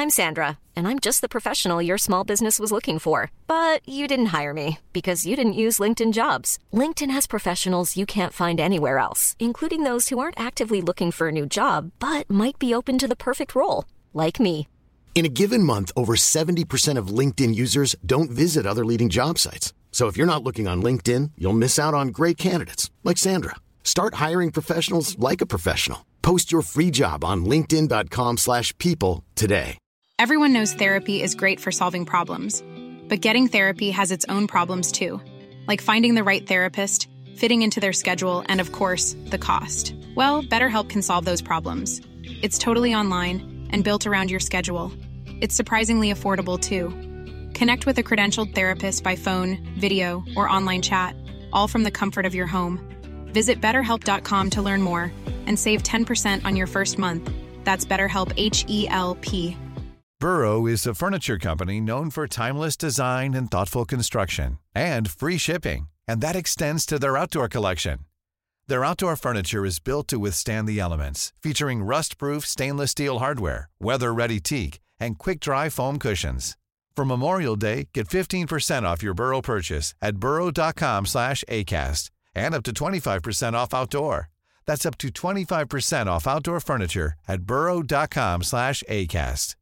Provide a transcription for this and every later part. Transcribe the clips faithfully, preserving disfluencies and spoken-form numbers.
I'm Sandra, and I'm just the professional your small business was looking for. But you didn't hire me because you didn't use LinkedIn Jobs. LinkedIn has professionals you can't find anywhere else, including those who aren't actively looking for a new job, but might be open to the perfect role, like me. In a given month, over seventy percent of LinkedIn users don't visit other leading job sites. So if you're not looking on LinkedIn, you'll miss out on great candidates like Sandra. Start hiring professionals like a professional. Post your free job on linkedin.com slash people today. Everyone knows therapy is great for solving problems, but getting therapy has its own problems too, like finding the right therapist, fitting into their schedule, and of course, the cost. Well, BetterHelp can solve those problems. It's totally online and built around your schedule. It's surprisingly affordable too. Connect with a credentialed therapist by phone, video, or online chat, all from the comfort of your home. Visit better help dot com to learn more and save ten percent on your first month. That's BetterHelp, H E L P. Burrow is a furniture company known for timeless design and thoughtful construction, and free shipping, and that extends to their outdoor collection. Their outdoor furniture is built to withstand the elements, featuring rust-proof stainless steel hardware, weather-ready teak, and quick-dry foam cushions. For Memorial Day, get fifteen percent off your Burrow purchase at burrow.com slash ACAST and up to twenty-five percent off outdoor. That's up to twenty-five percent off outdoor furniture at burrow.com slash ACAST.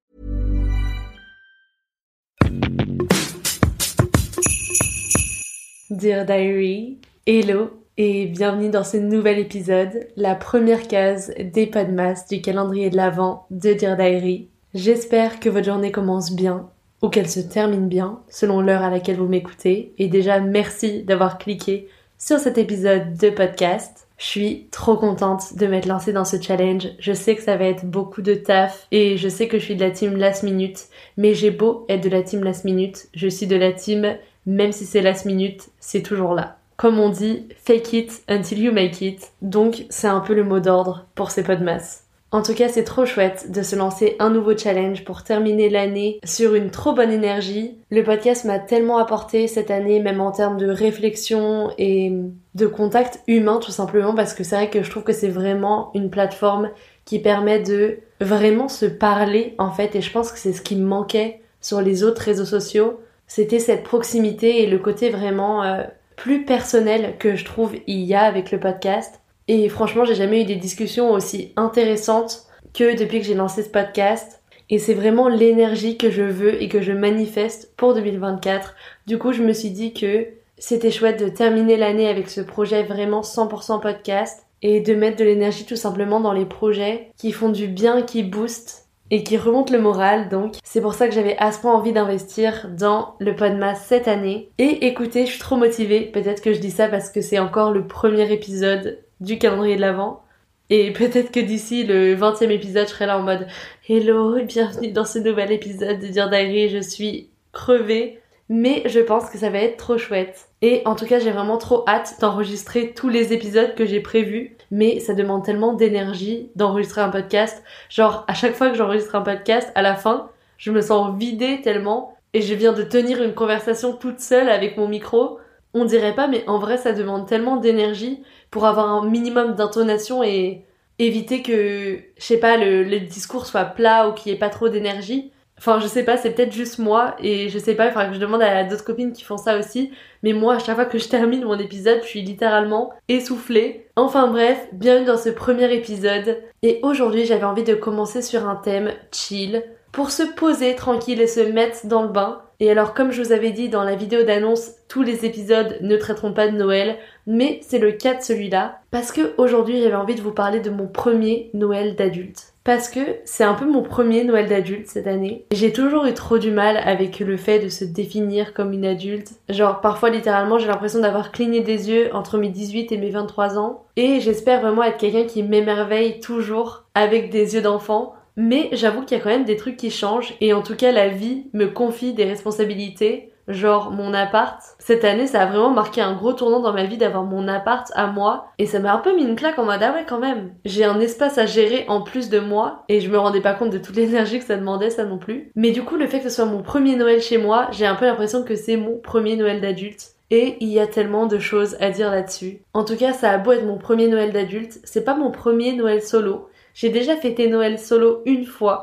Dear Diary, hello et bienvenue dans ce nouvel épisode, la première case des Podmas du calendrier de l'Avent de Dear Diary. J'espère que votre journée commence bien ou qu'elle se termine bien selon l'heure à laquelle vous m'écoutez. Et déjà, merci d'avoir cliqué sur cet épisode de podcast. Je suis trop contente de m'être lancée dans ce challenge. Je sais que ça va être beaucoup de taf et je sais que je suis de la team last minute. Mais j'ai beau être de la team last minute, je suis de la team même si c'est last minute, c'est toujours là. Comme on dit, fake it until you make it. Donc c'est un peu le mot d'ordre pour ces podmas. En tout cas, c'est trop chouette de se lancer un nouveau challenge pour terminer l'année sur une trop bonne énergie. Le podcast m'a tellement apporté cette année, même en termes de réflexion et de contact humain tout simplement, parce que c'est vrai que je trouve que c'est vraiment une plateforme qui permet de vraiment se parler en fait, et je pense que c'est ce qui me manquait sur les autres réseaux sociaux. C'était cette proximité et le côté vraiment euh, plus personnel que je trouve il y a avec le podcast. Et franchement, j'ai jamais eu des discussions aussi intéressantes que depuis que j'ai lancé ce podcast. Et c'est vraiment l'énergie que je veux et que je manifeste pour deux mille vingt-quatre. Du coup, je me suis dit que c'était chouette de terminer l'année avec ce projet vraiment cent pour cent podcast et de mettre de l'énergie tout simplement dans les projets qui font du bien, qui boostent et qui remontent le moral. Donc, c'est pour ça que j'avais à ce point envie d'investir dans le Podmas cette année. Et écoutez, je suis trop motivée. Peut-être que je dis ça parce que c'est encore le premier épisode du calendrier de l'Avent. Et peut-être que d'ici le vingtième épisode, je serai là en mode « Hello, bienvenue dans ce nouvel épisode de Dear Diary, je suis crevée. » Mais je pense que ça va être trop chouette. Et en tout cas, j'ai vraiment trop hâte d'enregistrer tous les épisodes que j'ai prévus. Mais ça demande tellement d'énergie d'enregistrer un podcast. Genre, à chaque fois que j'enregistre un podcast, à la fin, je me sens vidée tellement. Et je viens de tenir une conversation toute seule avec mon micro. On dirait pas, mais en vrai, ça demande tellement d'énergie pour avoir un minimum d'intonation et éviter que, je sais pas, le, le discours soit plat ou qu'il y ait pas trop d'énergie. Enfin, je sais pas, c'est peut-être juste moi et je sais pas, il faudra que je demande à d'autres copines qui font ça aussi. Mais moi, à chaque fois que je termine mon épisode, je suis littéralement essoufflée. Enfin bref, bienvenue dans ce premier épisode. Et aujourd'hui, j'avais envie de commencer sur un thème chill pour se poser tranquille et se mettre dans le bain. Et alors, comme je vous avais dit dans la vidéo d'annonce, tous les épisodes ne traiteront pas de Noël, mais c'est le cas de celui-là, parce que aujourd'hui j'avais envie de vous parler de mon premier Noël d'adulte. Parce que c'est un peu mon premier Noël d'adulte cette année. J'ai toujours eu trop du mal avec le fait de se définir comme une adulte. Genre, parfois littéralement, j'ai l'impression d'avoir cligné des yeux entre mes dix-huit et mes vingt-trois ans. Et j'espère vraiment être quelqu'un qui m'émerveille toujours avec des yeux d'enfant. Mais j'avoue qu'il y a quand même des trucs qui changent, et en tout cas la vie me confie des responsabilités, genre mon appart. Cette année, ça a vraiment marqué un gros tournant dans ma vie d'avoir mon appart à moi, et ça m'a un peu mis une claque en mode ah ouais quand même, j'ai un espace à gérer en plus de moi, et je me rendais pas compte de toute l'énergie que ça demandait, ça non plus. Mais du coup, le fait que ce soit mon premier Noël chez moi, j'ai un peu l'impression que c'est mon premier Noël d'adulte. Et il y a tellement de choses à dire là-dessus. En tout cas, ça a beau être mon premier Noël d'adulte, c'est pas mon premier Noël solo. J'ai déjà fêté Noël solo une fois,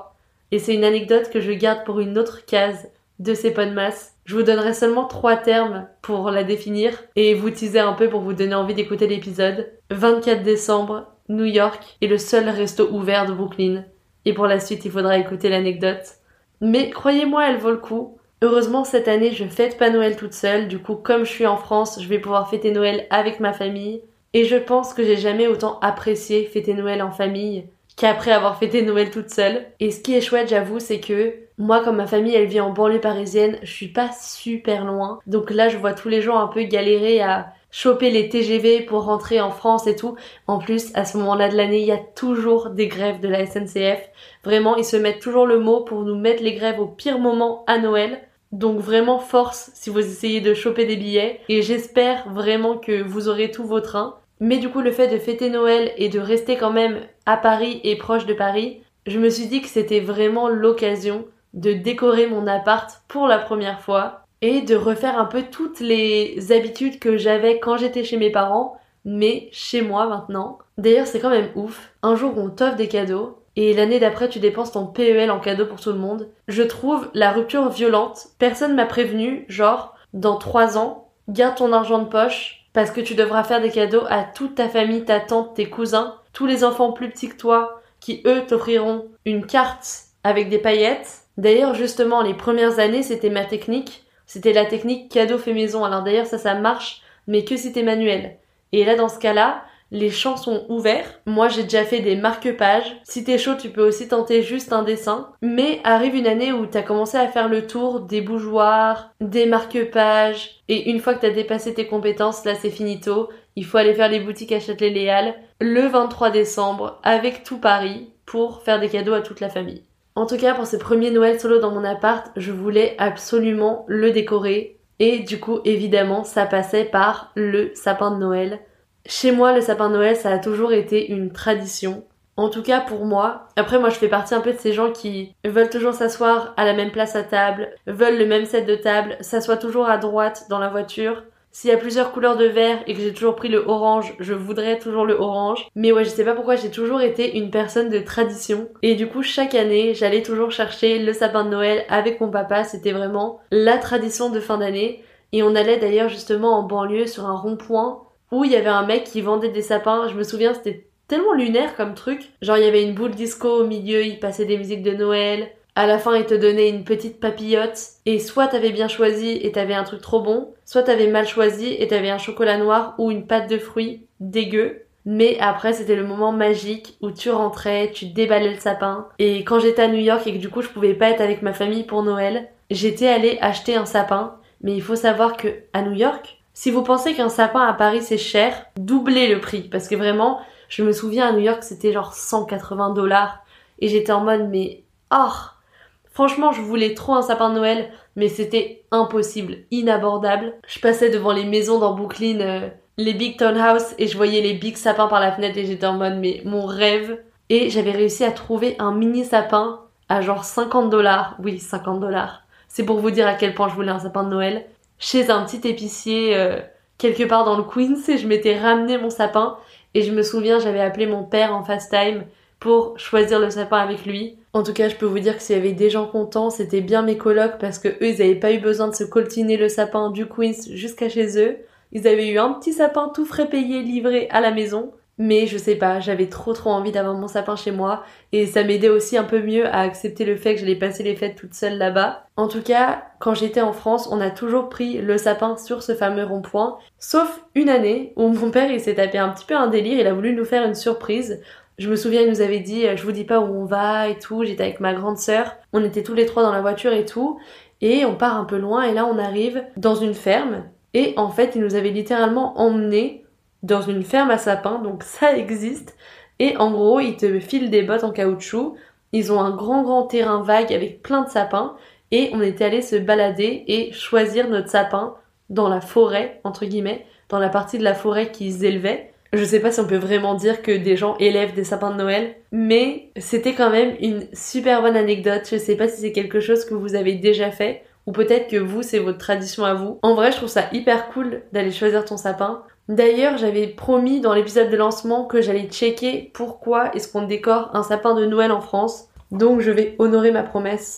et c'est une anecdote que je garde pour une autre case de ces podmas. Je vous donnerai seulement trois termes pour la définir et vous teaser un peu pour vous donner envie d'écouter l'épisode. vingt-quatre décembre, New York est le seul resto ouvert de Brooklyn. Et pour la suite, il faudra écouter l'anecdote. Mais croyez-moi, elle vaut le coup. Heureusement, cette année, je fête pas Noël toute seule. Du coup, comme je suis en France, je vais pouvoir fêter Noël avec ma famille. Et je pense que j'ai jamais autant apprécié fêter Noël en famille qu'après avoir fêté Noël toute seule. Et ce qui est chouette, j'avoue, c'est que moi, comme ma famille, elle vit en banlieue parisienne, je suis pas super loin. Donc là, je vois tous les gens un peu galérer à choper les T G V pour rentrer en France et tout. En plus, à ce moment-là de l'année, il y a toujours des grèves de la S N C F. Vraiment, ils se mettent toujours le mot pour nous mettre les grèves au pire moment à Noël. Donc vraiment force si vous essayez de choper des billets. Et j'espère vraiment que vous aurez tous vos trains. Mais du coup, le fait de fêter Noël et de rester quand même à Paris et proche de Paris, je me suis dit que c'était vraiment l'occasion de décorer mon appart pour la première fois et de refaire un peu toutes les habitudes que j'avais quand j'étais chez mes parents, mais chez moi maintenant. D'ailleurs, c'est quand même ouf. Un jour, on t'offre des cadeaux et l'année d'après, tu dépenses ton P E L en cadeau pour tout le monde. Je trouve la rupture violente. Personne m'a prévenu, genre, dans trois ans, garde ton argent de poche parce que tu devras faire des cadeaux à toute ta famille, ta tante, tes cousins, tous les enfants plus petits que toi qui, eux, t'offriront une carte avec des paillettes. D'ailleurs, justement, les premières années, c'était ma technique. C'était la technique cadeau fait maison. Alors d'ailleurs, ça, ça marche, mais que si t'es manuel. Et là, dans ce cas-là, les champs sont ouverts. Moi, j'ai déjà fait des marque-pages. Si t'es chaud, tu peux aussi tenter juste un dessin. Mais arrive une année où t'as commencé à faire le tour des bougeoirs, des marque-pages. Et une fois que t'as dépassé tes compétences, là, c'est finito. Il faut aller faire les boutiques à Châtelet-Les Halles le vingt-trois décembre avec tout Paris pour faire des cadeaux à toute la famille. En tout cas, pour ce premier Noël solo dans mon appart, je voulais absolument le décorer. Et du coup, évidemment, ça passait par le sapin de Noël. Chez moi, le sapin de Noël, ça a toujours été une tradition. En tout cas, pour moi. Après, moi, je fais partie un peu de ces gens qui veulent toujours s'asseoir à la même place à table, veulent le même set de table, s'assoient toujours à droite dans la voiture. S'il y a plusieurs couleurs de verre et que j'ai toujours pris le orange, je voudrais toujours le orange. Mais ouais, je sais pas pourquoi, j'ai toujours été une personne de tradition. Et du coup, chaque année, j'allais toujours chercher le sapin de Noël avec mon papa. C'était vraiment la tradition de fin d'année. Et on allait d'ailleurs justement en banlieue sur un rond-point où il y avait un mec qui vendait des sapins. Je me souviens, c'était tellement lunaire comme truc. Genre, il y avait une boule disco au milieu, il passait des musiques de Noël. À la fin, il te donnait une petite papillote. Et soit t'avais bien choisi et t'avais un truc trop bon, soit t'avais mal choisi et t'avais un chocolat noir ou une pâte de fruits dégueu. Mais après, c'était le moment magique où tu rentrais, tu déballais le sapin. Et quand j'étais à New York et que du coup, je pouvais pas être avec ma famille pour Noël, j'étais allée acheter un sapin. Mais il faut savoir que à New York, si vous pensez qu'un sapin à Paris c'est cher, doublez le prix. Parce que vraiment, je me souviens à New York c'était genre cent quatre-vingts dollars. Et j'étais en mode mais... Oh, franchement je voulais trop un sapin de Noël, mais c'était impossible, inabordable. Je passais devant les maisons dans Brooklyn, euh, les big townhouses, et je voyais les big sapins par la fenêtre et j'étais en mode mais mon rêve. Et j'avais réussi à trouver un mini sapin à genre cinquante dollars. Oui, cinquante dollars. C'est pour vous dire à quel point je voulais un sapin de Noël. Chez un petit épicier euh, quelque part dans le Queens et je m'étais ramené mon sapin et je me souviens j'avais appelé mon père en FaceTime pour choisir le sapin avec lui. En tout cas je peux vous dire que s'il y avait des gens contents c'était bien mes colocs parce que eux ils avaient pas eu besoin de se coltiner le sapin du Queens jusqu'à chez eux. Ils avaient eu un petit sapin tout frais payé livré à la maison. Mais je sais pas, j'avais trop trop envie d'avoir mon sapin chez moi et ça m'aidait aussi un peu mieux à accepter le fait que j'allais passer les fêtes toute seule là-bas. En tout cas, quand j'étais en France, on a toujours pris le sapin sur ce fameux rond-point, sauf une année où mon père il s'est tapé un petit peu un délire, il a voulu nous faire une surprise. Je me souviens, il nous avait dit « je vous dis pas où on va et tout », j'étais avec ma grande sœur, on était tous les trois dans la voiture et tout, et on part un peu loin et là on arrive dans une ferme et en fait il nous avait littéralement emmenés dans une ferme à sapins, donc ça existe. Et en gros, ils te filent des bottes en caoutchouc. Ils ont un grand grand terrain vague avec plein de sapins. Et on était allés se balader et choisir notre sapin dans la forêt, entre guillemets, dans la partie de la forêt qu'ils élevaient. Je sais pas si on peut vraiment dire que des gens élèvent des sapins de Noël, mais c'était quand même une super bonne anecdote. Je sais pas si c'est quelque chose que vous avez déjà fait, ou peut-être que vous, c'est votre tradition à vous. En vrai, je trouve ça hyper cool d'aller choisir ton sapin. D'ailleurs, j'avais promis dans l'épisode de lancement que j'allais checker pourquoi est-ce qu'on décore un sapin de Noël en France. Donc je vais honorer ma promesse.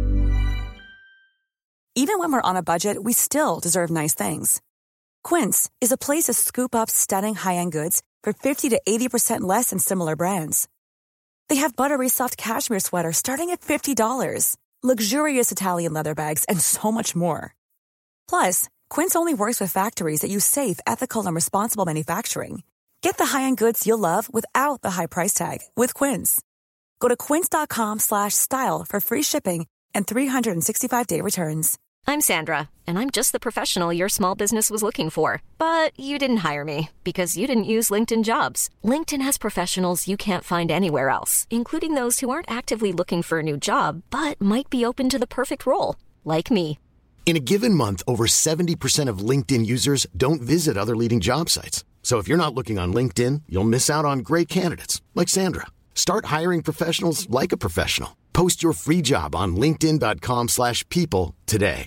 Even when we're on a budget, we still deserve nice things. Quince is a place to scoop up stunning high-end goods for fifty to eighty percent less than similar brands. They have buttery soft cashmere sweaters starting at fifty dollars, luxurious Italian leather bags, and so much more. Plus, Quince only works with factories that use safe, ethical, and responsible manufacturing. Get the high-end goods you'll love without the high price tag with Quince. Go to quince.com slash style for free shipping and three sixty-five day returns. I'm Sandra, and I'm just the professional your small business was looking for. But you didn't hire me because you didn't use LinkedIn Jobs. LinkedIn has professionals you can't find anywhere else, including those who aren't actively looking for a new job, but might be open to the perfect role, like me. In a given month, over seventy percent of LinkedIn users don't visit other leading job sites. So if you're not looking on LinkedIn, you'll miss out on great candidates like Sandra. Start hiring professionals like a professional. Post your free job on linkedin.com slash people today.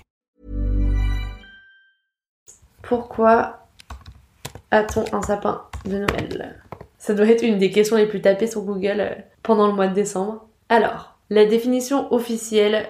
Pourquoi a-t-on un sapin de Noël? Ça doit être une des questions les plus tapées sur Google pendant le mois de décembre. Alors, la définition officielle...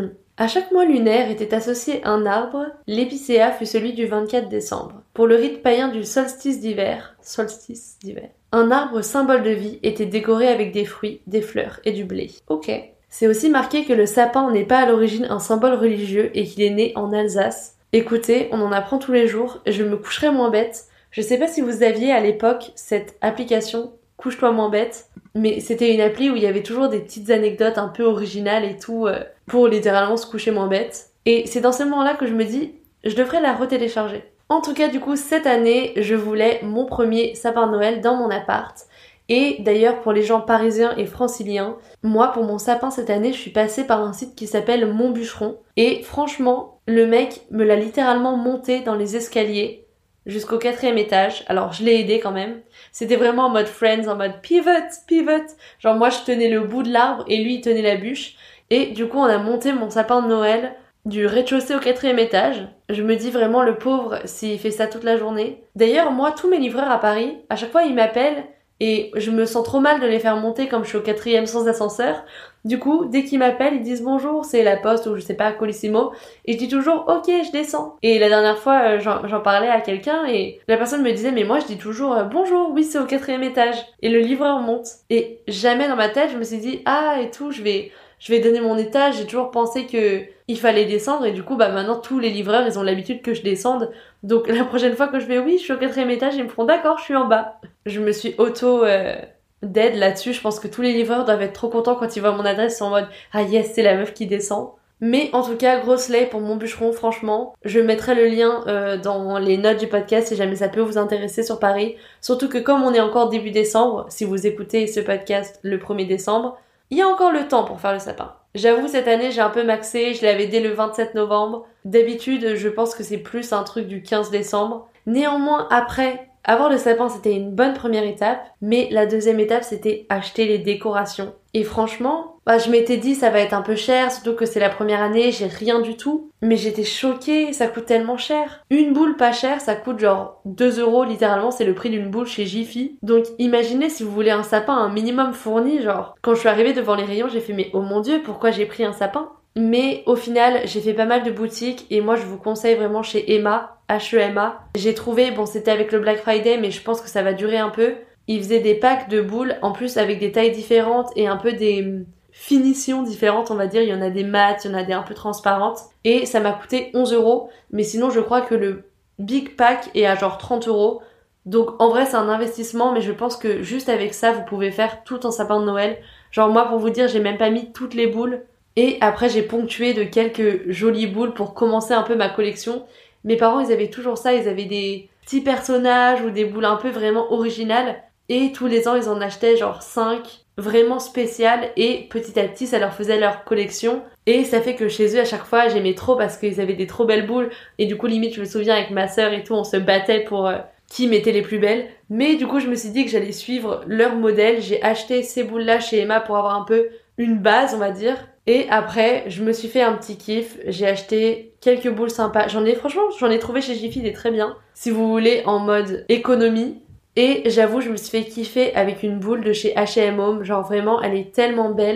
À chaque mois lunaire était associé un arbre, l'épicéa fut celui du vingt-quatre décembre. Pour le rite païen du solstice d'hiver, solstice d'hiver, un arbre symbole de vie était décoré avec des fruits, des fleurs et du blé. Ok. C'est aussi marqué que le sapin n'est pas à l'origine un symbole religieux et qu'il est né en Alsace. Écoutez, on en apprend tous les jours, je me coucherai moins bête. Je sais pas si vous aviez à l'époque cette application Couche-toi moins bête, mais c'était une appli où il y avait toujours des petites anecdotes un peu originales et tout, euh, pour littéralement se coucher moins bête. Et c'est dans ce moment-là que je me dis, je devrais la retélécharger. En tout cas, du coup, cette année, je voulais mon premier sapin de Noël dans mon appart. Et d'ailleurs, pour les gens parisiens et franciliens, moi, pour mon sapin cette année, je suis passée par un site qui s'appelle Mon Bûcheron. Et franchement, le mec me l'a littéralement monté dans les escaliers jusqu'au quatrième étage. Alors, je l'ai aidé quand même. C'était vraiment en mode Friends, en mode pivot, pivot. Genre, moi, je tenais le bout de l'arbre et lui, il tenait la bûche. Et du coup, on a monté mon sapin de Noël du rez-de-chaussée au quatrième étage. Je me dis vraiment, le pauvre, s'il fait ça toute la journée. D'ailleurs, moi, tous mes livreurs à Paris, à chaque fois, ils m'appellent et je me sens trop mal de les faire monter comme je suis au quatrième sans ascenseur. Du coup, dès qu'ils m'appellent, ils disent bonjour, c'est la poste ou je sais pas, Colissimo. Et je dis toujours, ok, je descends. Et la dernière fois, j'en, j'en parlais à quelqu'un et la personne me disait, mais moi je dis toujours, bonjour, oui, c'est au quatrième étage. Et le livreur monte. Et jamais dans ma tête, je me suis dit, ah, et tout, je vais... je vais donner mon étage, j'ai toujours pensé que il fallait descendre et du coup bah maintenant tous les livreurs ils ont l'habitude que je descende, donc la prochaine fois que je vais oui je suis au quatrième étage ils me feront d'accord je suis en bas. Je me suis auto euh, dead là-dessus, je pense que tous les livreurs doivent être trop contents quand ils voient mon adresse, ils sont en mode ah yes c'est la meuf qui descend. Mais en tout cas gros slay pour mon bûcheron franchement, je mettrai le lien euh, dans les notes du podcast si jamais ça peut vous intéresser sur Paris, surtout que comme on est encore début décembre, si vous écoutez ce podcast le premier décembre, il y a encore le temps pour faire le sapin. J'avoue, cette année, j'ai un peu maxé, je l'avais dès le vingt-sept novembre. D'habitude, je pense que c'est plus un truc du quinze décembre. Néanmoins, après, avoir le sapin, c'était une bonne première étape, mais la deuxième étape, c'était acheter les décorations. Et franchement, bah, je m'étais dit, ça va être un peu cher, surtout que c'est la première année, j'ai rien du tout. Mais j'étais choquée, ça coûte tellement cher. Une boule pas chère, ça coûte genre deux euros, littéralement, c'est le prix d'une boule chez Jiffy. Donc imaginez si vous voulez un sapin un minimum fourni, genre, quand je suis arrivée devant les rayons, j'ai fait, mais oh mon dieu, pourquoi j'ai pris un sapin ? Mais au final, j'ai fait pas mal de boutiques et moi je vous conseille vraiment chez Emma, H E M A. J'ai trouvé, bon c'était avec le Black Friday mais je pense que ça va durer un peu. Ils faisaient des packs de boules, en plus avec des tailles différentes et un peu des finitions différentes on va dire. Il y en a des mattes, il y en a des un peu transparentes. Et ça m'a coûté onze euros. Mais sinon je crois que le Big Pack est à genre trente euros. Donc en vrai c'est un investissement mais je pense que juste avec ça vous pouvez faire tout un sapin de Noël. Genre moi pour vous dire j'ai même pas mis toutes les boules. Et après j'ai ponctué de quelques jolies boules pour commencer un peu ma collection. Mes parents ils avaient toujours ça, ils avaient des petits personnages ou des boules un peu vraiment originales. Et tous les ans ils en achetaient genre cinq vraiment spéciales et petit à petit ça leur faisait leur collection. Et ça fait que chez eux à chaque fois j'aimais trop parce qu'ils avaient des trop belles boules. Et du coup limite je me souviens avec ma sœur et tout on se battait pour euh, qui mettait les plus belles. Mais du coup je me suis dit que j'allais suivre leur modèle. J'ai acheté ces boules là chez Emma pour avoir un peu une base on va dire. Et après, je me suis fait un petit kiff, j'ai acheté quelques boules sympas. J'en ai, franchement, j'en ai trouvé chez Jiffy des très bien, si vous voulez, en mode économie. Et j'avoue, je me suis fait kiffer avec une boule de chez H et M Home. Genre vraiment, elle est tellement belle.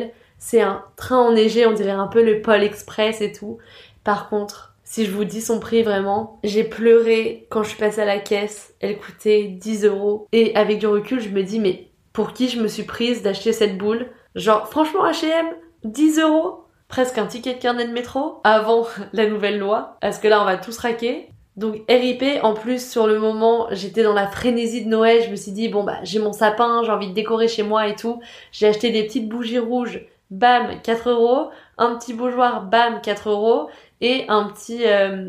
C'est un train enneigé, on dirait un peu le Pôle Express et tout. Par contre, si je vous dis son prix vraiment, j'ai pleuré quand je suis passée à la caisse. Elle coûtait dix euros. Et avec du recul, je me dis, mais pour qui je me suis prise d'acheter cette boule? Genre, franchement, H et M, dix euros? Presque un ticket de carnet de métro avant la nouvelle loi. Parce que là, on va tous raquer. Donc R I P, en plus sur le moment j'étais dans la frénésie de Noël, je me suis dit bon bah j'ai mon sapin, j'ai envie de décorer chez moi et tout, j'ai acheté des petites bougies rouges, bam quatre euros, un petit bougeoir, bam quatre euros et un petit euh,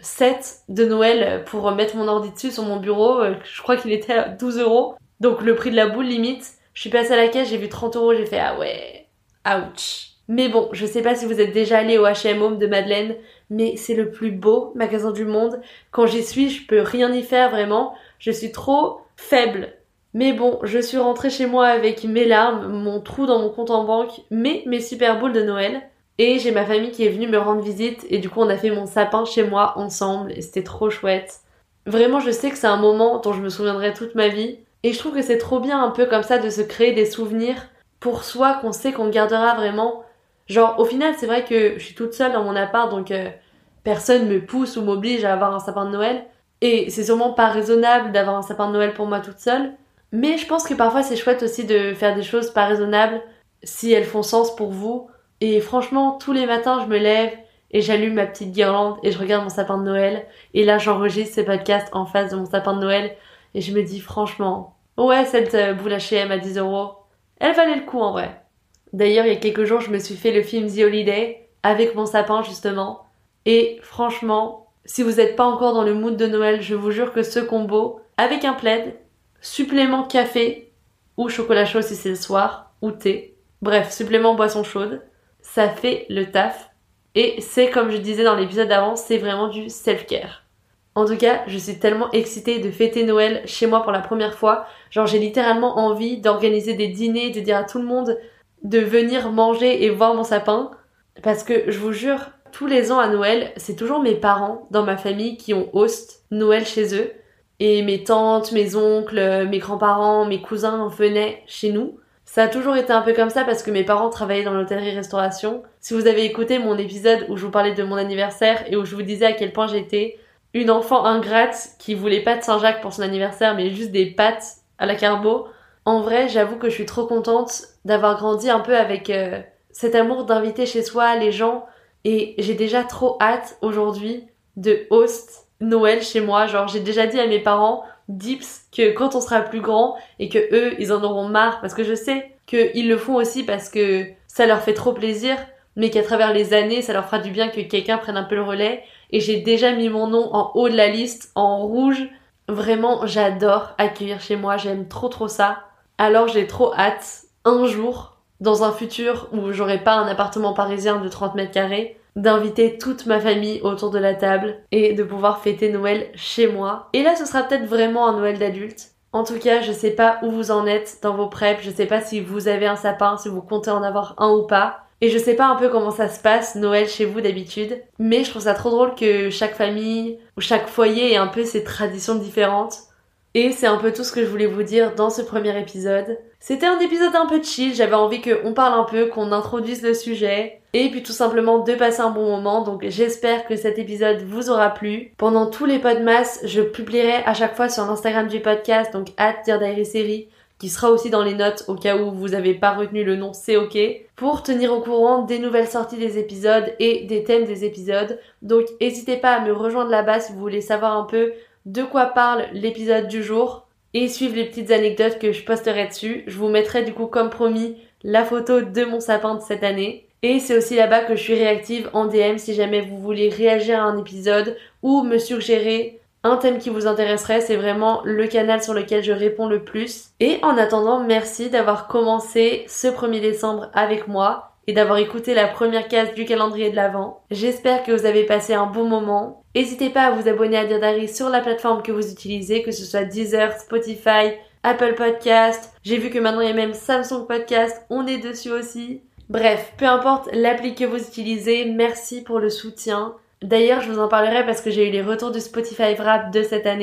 set de Noël pour mettre mon ordi dessus sur mon bureau, je crois qu'il était à douze euros, donc le prix de la boule limite. Je suis passée à la caisse, j'ai vu trente euros, j'ai fait ah ouais, ouch. Mais bon, je sais pas si vous êtes déjà allé au H et M Home de Madeleine, mais c'est le plus beau magasin du monde. Quand j'y suis, je peux rien y faire vraiment. Je suis trop faible. Mais bon, je suis rentrée chez moi avec mes larmes, mon trou dans mon compte en banque, mais mes super boules de Noël. Et j'ai ma famille qui est venue me rendre visite et du coup on a fait mon sapin chez moi ensemble et c'était trop chouette. Vraiment, je sais que c'est un moment dont je me souviendrai toute ma vie. Et je trouve que c'est trop bien un peu comme ça de se créer des souvenirs pour soi qu'on sait qu'on gardera vraiment. Genre, au final, c'est vrai que je suis toute seule dans mon appart, donc euh, personne me pousse ou m'oblige à avoir un sapin de Noël. Et c'est sûrement pas raisonnable d'avoir un sapin de Noël pour moi toute seule. Mais je pense que parfois, c'est chouette aussi de faire des choses pas raisonnables si elles font sens pour vous. Et franchement, tous les matins, je me lève et j'allume ma petite guirlande et je regarde mon sapin de Noël. Et là, j'enregistre ces podcasts en face de mon sapin de Noël. Et je me dis, franchement, ouais, cette euh, boule H et M à dix euros, elle valait le coup en vrai. D'ailleurs, il y a quelques jours, je me suis fait le film The Holiday avec mon sapin, justement. Et franchement, si vous n'êtes pas encore dans le mood de Noël, je vous jure que ce combo, avec un plaid, supplément café, ou chocolat chaud si c'est le soir, ou thé, bref, supplément boisson chaude, ça fait le taf. Et c'est, comme je disais dans l'épisode d'avant, c'est vraiment du self-care. En tout cas, je suis tellement excitée de fêter Noël chez moi pour la première fois. Genre, j'ai littéralement envie d'organiser des dîners, de dire à tout le monde de venir manger et voir mon sapin, parce que je vous jure, tous les ans à Noël, c'est toujours mes parents dans ma famille qui ont host Noël chez eux, et mes tantes, mes oncles, mes grands-parents, mes cousins venaient chez nous. Ça a toujours été un peu comme ça parce que mes parents travaillaient dans l'hôtellerie-restauration. Si vous avez écouté mon épisode où je vous parlais de mon anniversaire et où je vous disais à quel point j'étais une enfant ingrate qui voulait pas de Saint-Jacques pour son anniversaire mais juste des pâtes à la carbo, en vrai, j'avoue que je suis trop contente d'avoir grandi un peu avec euh, cet amour d'inviter chez soi les gens. Et j'ai déjà trop hâte aujourd'hui de host Noël chez moi. Genre, j'ai déjà dit à mes parents, dips, que quand on sera plus grand et que eux, ils en auront marre. Parce que je sais qu'ils le font aussi parce que ça leur fait trop plaisir. Mais qu'à travers les années, ça leur fera du bien que quelqu'un prenne un peu le relais. Et j'ai déjà mis mon nom en haut de la liste, en rouge. Vraiment, j'adore accueillir chez moi. J'aime trop trop ça. Alors j'ai trop hâte, un jour, dans un futur où j'aurai pas un appartement parisien de trente mètres carrés, d'inviter toute ma famille autour de la table et de pouvoir fêter Noël chez moi. Et là, ce sera peut-être vraiment un Noël d'adulte. En tout cas, je sais pas où vous en êtes dans vos preps, je sais pas si vous avez un sapin, si vous comptez en avoir un ou pas. Et je sais pas un peu comment ça se passe Noël chez vous d'habitude, mais je trouve ça trop drôle que chaque famille ou chaque foyer ait un peu ses traditions différentes. Et c'est un peu tout ce que je voulais vous dire dans ce premier épisode. C'était un épisode un peu chill, j'avais envie qu'on parle un peu, qu'on introduise le sujet, et puis tout simplement de passer un bon moment, donc j'espère que cet épisode vous aura plu. Pendant tous les podmas, je publierai à chaque fois sur l'Instagram du podcast, donc arobase Dear Diary série, qui sera aussi dans les notes au cas où vous avez pas retenu le nom, c'est ok, pour tenir au courant des nouvelles sorties des épisodes et des thèmes des épisodes. Donc n'hésitez pas à me rejoindre là-bas si vous voulez savoir un peu de quoi parle l'épisode du jour et suivre les petites anecdotes que je posterai dessus. Je vous mettrai du coup comme promis la photo de mon sapin de cette année. Et c'est aussi là-bas que je suis réactive en D M si jamais vous voulez réagir à un épisode ou me suggérer un thème qui vous intéresserait. C'est vraiment le canal sur lequel je réponds le plus. Et en attendant, merci d'avoir commencé ce premier décembre avec moi et d'avoir écouté la première case du calendrier de l'Avent. J'espère que vous avez passé un bon moment. N'hésitez pas à vous abonner à Dear Diary sur la plateforme que vous utilisez, que ce soit Deezer, Spotify, Apple Podcast. J'ai vu que maintenant il y a même Samsung Podcast, on est dessus aussi. Bref, peu importe l'appli que vous utilisez, merci pour le soutien. D'ailleurs, je vous en parlerai parce que j'ai eu les retours du Spotify Wrapped de cette année.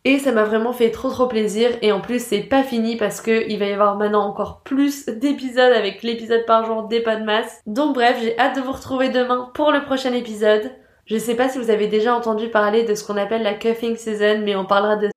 Et ça m'a vraiment fait trop trop plaisir. Et en plus c'est pas fini parce que il va y avoir maintenant encore plus d'épisodes avec l'épisode par jour des Podmas. Donc bref, j'ai hâte de vous retrouver demain pour le prochain épisode. Je sais pas si vous avez déjà entendu parler de ce qu'on appelle la cuffing season, mais on parlera de...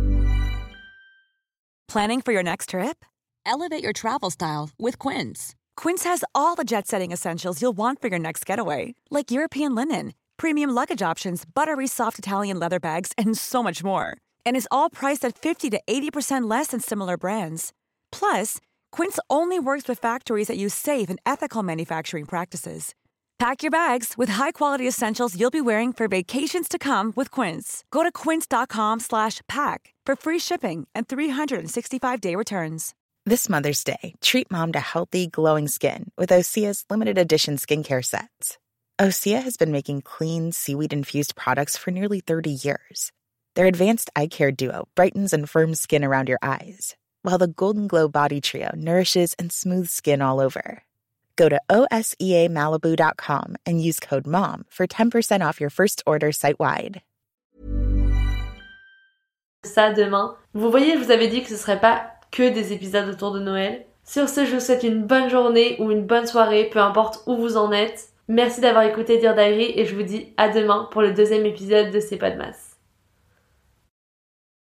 Planning for your next trip? Elevate your travel style with Quince. Quince has all the jet-setting essentials you'll want for your next getaway, like European linen, premium luggage options, buttery soft Italian leather bags, and so much more. And is all priced at fifty to eighty percent less than similar brands. Plus, Quince only works with factories that use safe and ethical manufacturing practices. Pack your bags with high-quality essentials you'll be wearing for vacations to come with Quince. Go to quince.com slash pack for free shipping and three sixty-five day returns. This Mother's Day, treat mom to healthy, glowing skin with Osea's limited edition skincare sets. Osea has been making clean, seaweed-infused products for nearly thirty years. Their advanced eye care duo brightens and firms skin around your eyes, while the Golden Glow Body Trio nourishes and smooths skin all over. Go to O S E A Malibu dot com and use code MOM for ten percent off your first order site-wide. Ça demain. Vous voyez, je vous avais dit que ce serait pas que des épisodes autour de Noël. Sur ce, je vous souhaite une bonne journée ou une bonne soirée, peu importe où vous en êtes. Merci d'avoir écouté Dear Diary et je vous dis à demain pour le deuxième épisode de C'est pas de masse.